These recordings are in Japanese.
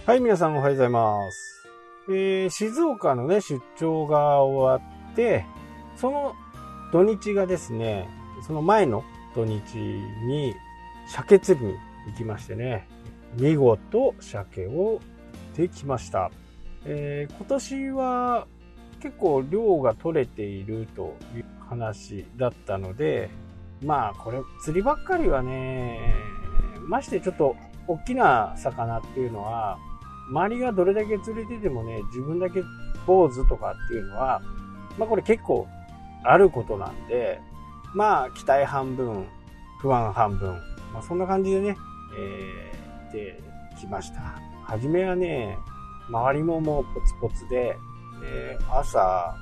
はい、皆さんおはようございます。静岡のね、出張が終わって、その土日がですね、その前の土日に鮭釣りに行きましてね、見事鮭をできました。今年は結構量が取れているという話だったので、まあこれ釣りばっかりはね、ましてちょっと大きな魚っていうのは、周りがどれだけ釣れててもね、自分だけ坊主とかっていうのは、まあこれ結構あることなんで、まあ期待半分、不安半分、まあそんな感じでね、できました。はじめはね、周りももうポツポツで、朝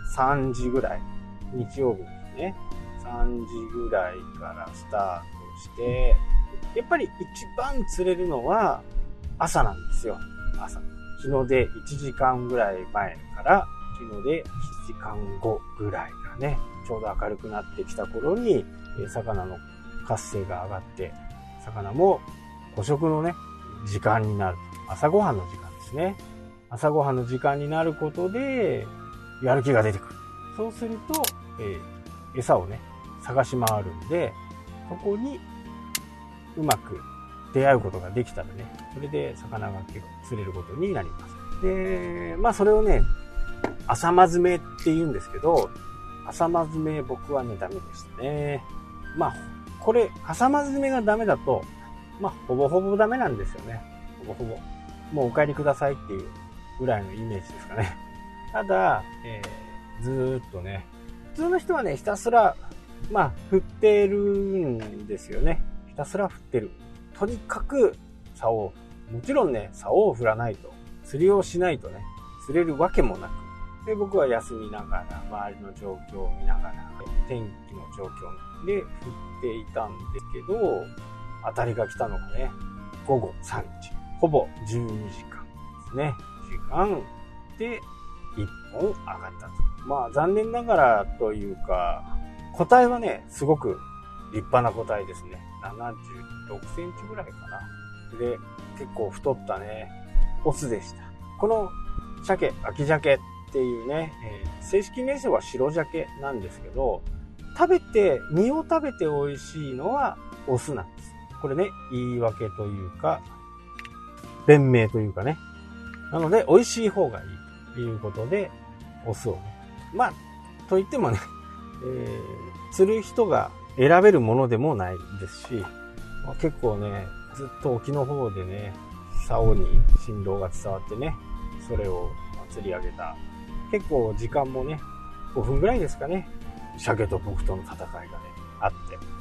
3時ぐらい、日曜日ですね、3時ぐらいからスタートして、やっぱり一番釣れるのは朝なんですよ。朝。日の出1時間ぐらい前から日の出7時間後ぐらいがね、ちょうど明るくなってきた頃に魚の活性が上がって、魚も捕食のね、時間になる。朝ごはんの時間ですね。朝ごはんの時間になることでやる気が出てくる。そうすると、餌をね、探し回るんで、そこにうまく出会うことができたらね、それで魚が結構釣れることになります。で、まあそれをね、朝まずめって言うんですけど、朝まずめ僕はね、ダメでしたね。まあ、これ、朝まずめがダメだと、まあ、ほぼほぼダメなんですよね。ほぼほぼ。もうお帰りくださいっていうぐらいのイメージですかね。ただ、ずーっとね、普通の人はね、ひたすら、まあ、振ってるんですよね。ひたすら振ってる。とにかく竿を、もちろんね、竿を振らないと、釣りをしないとね、釣れるわけもなく、で僕は休みながら、周りの状況を見ながら、天気の状況で振っていたんですけど、当たりが来たのがね、午後3時、ほぼ12時間ですね。時間で1本上がったと。まあ残念ながらというか、個体はね、すごく立派な個体ですね。76センチぐらいかな。で、結構太ったね、オスでした。この鮭、秋鮭っていうね、正式名称は白鮭なんですけど、身を食べて美味しいのはオスなんです。これね、言い訳というか、弁明というかね。なので、美味しい方がいいということで、オスをね。まあ、といってもね、釣る人が選べるものでもないですし、結構ね、ずっと沖の方でね、竿に振動が伝わってね、それを釣り上げた。結構時間もね、5分ぐらいですかね、鮭と僕との戦いがね、あって、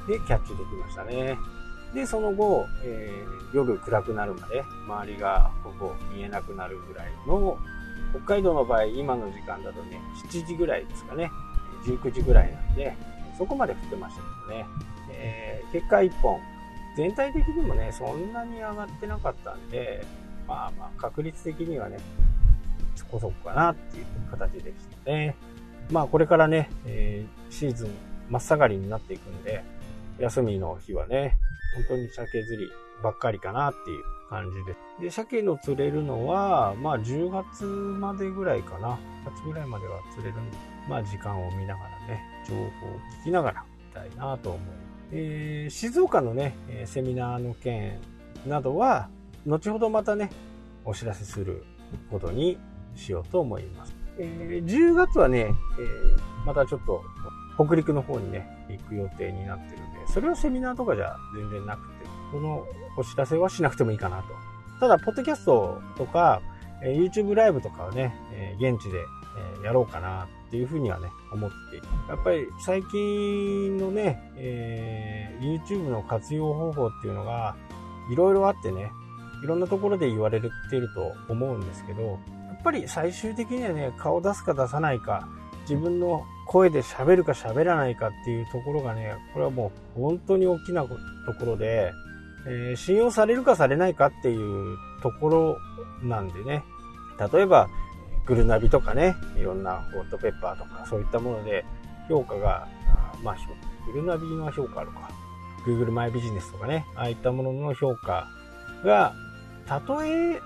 で、キャッチできましたね。で、その後、夜暗くなるまで、周りがほぼ見えなくなるぐらいの、北海道の場合、今の時間だとね、7時ぐらいですかね、19時ぐらいなんで、そこまで降ってましたけどね、結果1本、全体的にもね、そんなに上がってなかったんで、まあまあ、確率的にはね、そこそこかなっていう形でしたね。まあこれからね、シーズン真っ盛りになっていくんで、休みの日はね、本当に鮭釣りばっかりかなっていう感じです。で、鮭の釣れるのは、まあ10月までぐらいかな。10月ぐらいまでは釣れるんで、まあ時間を見ながらね、情報を聞きながら見たいなと思う。静岡のね、セミナーの件などは、後ほどまたね、お知らせすることにしようと思います。10月はね、またちょっと北陸の方にね、行く予定になってるんで、それはセミナーとかじゃ全然なくて、このお知らせはしなくてもいいかなと。ただ、ポッドキャストとか、YouTube ライブとかはね、現地でやろうかなっていうふうにはね、思っている。やっぱり最近のね、YouTube の活用方法っていうのがいろいろあってね、いろんなところで言われていると思うんですけど、やっぱり最終的にはね、顔出すか出さないか、自分の声で喋るか喋らないかっていうところがね、これはもう本当に大きなところで、信用されるかされないかっていうところなんでね、例えばグルナビとかね、いろんなホットペッパーとかそういったもので評価が、まあグルナビの評価あるか、Google マイビジネスとかね、ああいったものの評価がたとえ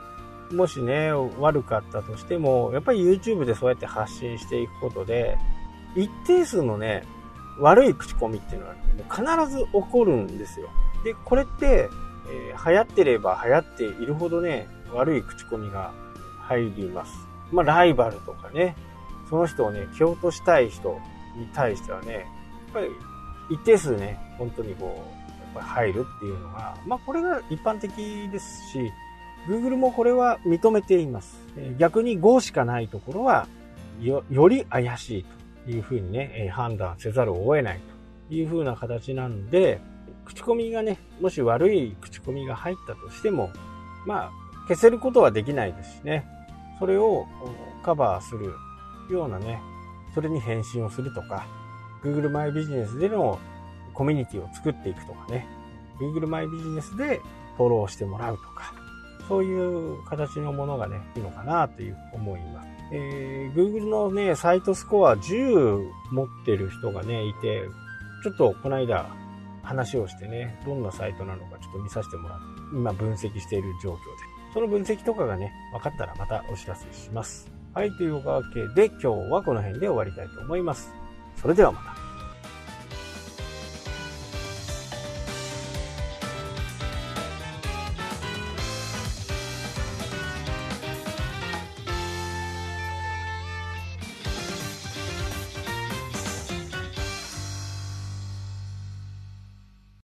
もしね、悪かったとしても、やっぱり YouTube でそうやって発信していくことで、一定数のね、悪い口コミっていうのは必ず起こるんですよ。で、これって、流行ってれば流行っているほどね、悪い口コミが入ります。まあ、ライバルとかね、その人をね、蹴落としたい人に対してはね、やっぱり一定数ね、本当にこう、やっぱり入るっていうのが、まあ、これが一般的ですし、Google もこれは認めています。逆に5しかないところは、より怪しいというふうにね、判断せざるを得ないというふうな形なので、口コミがね、もし悪い口コミが入ったとしても、まあ、消せることはできないですしね、それをカバーするようなね、それに返信をするとか、Google マイビジネスでのコミュニティを作っていくとかね、Google マイビジネスでフォローしてもらうとか、そういう形のものがね、いいのかなという思います。Google のね、サイトスコア10持ってる人がね、いて、ちょっとこの間話をしてね、どんなサイトなのかちょっと見させてもらって、今分析している状況で。その分析とかがね、分かったらまたお知らせします。はい、というわけで今日はこの辺で終わりたいと思います。それではまた。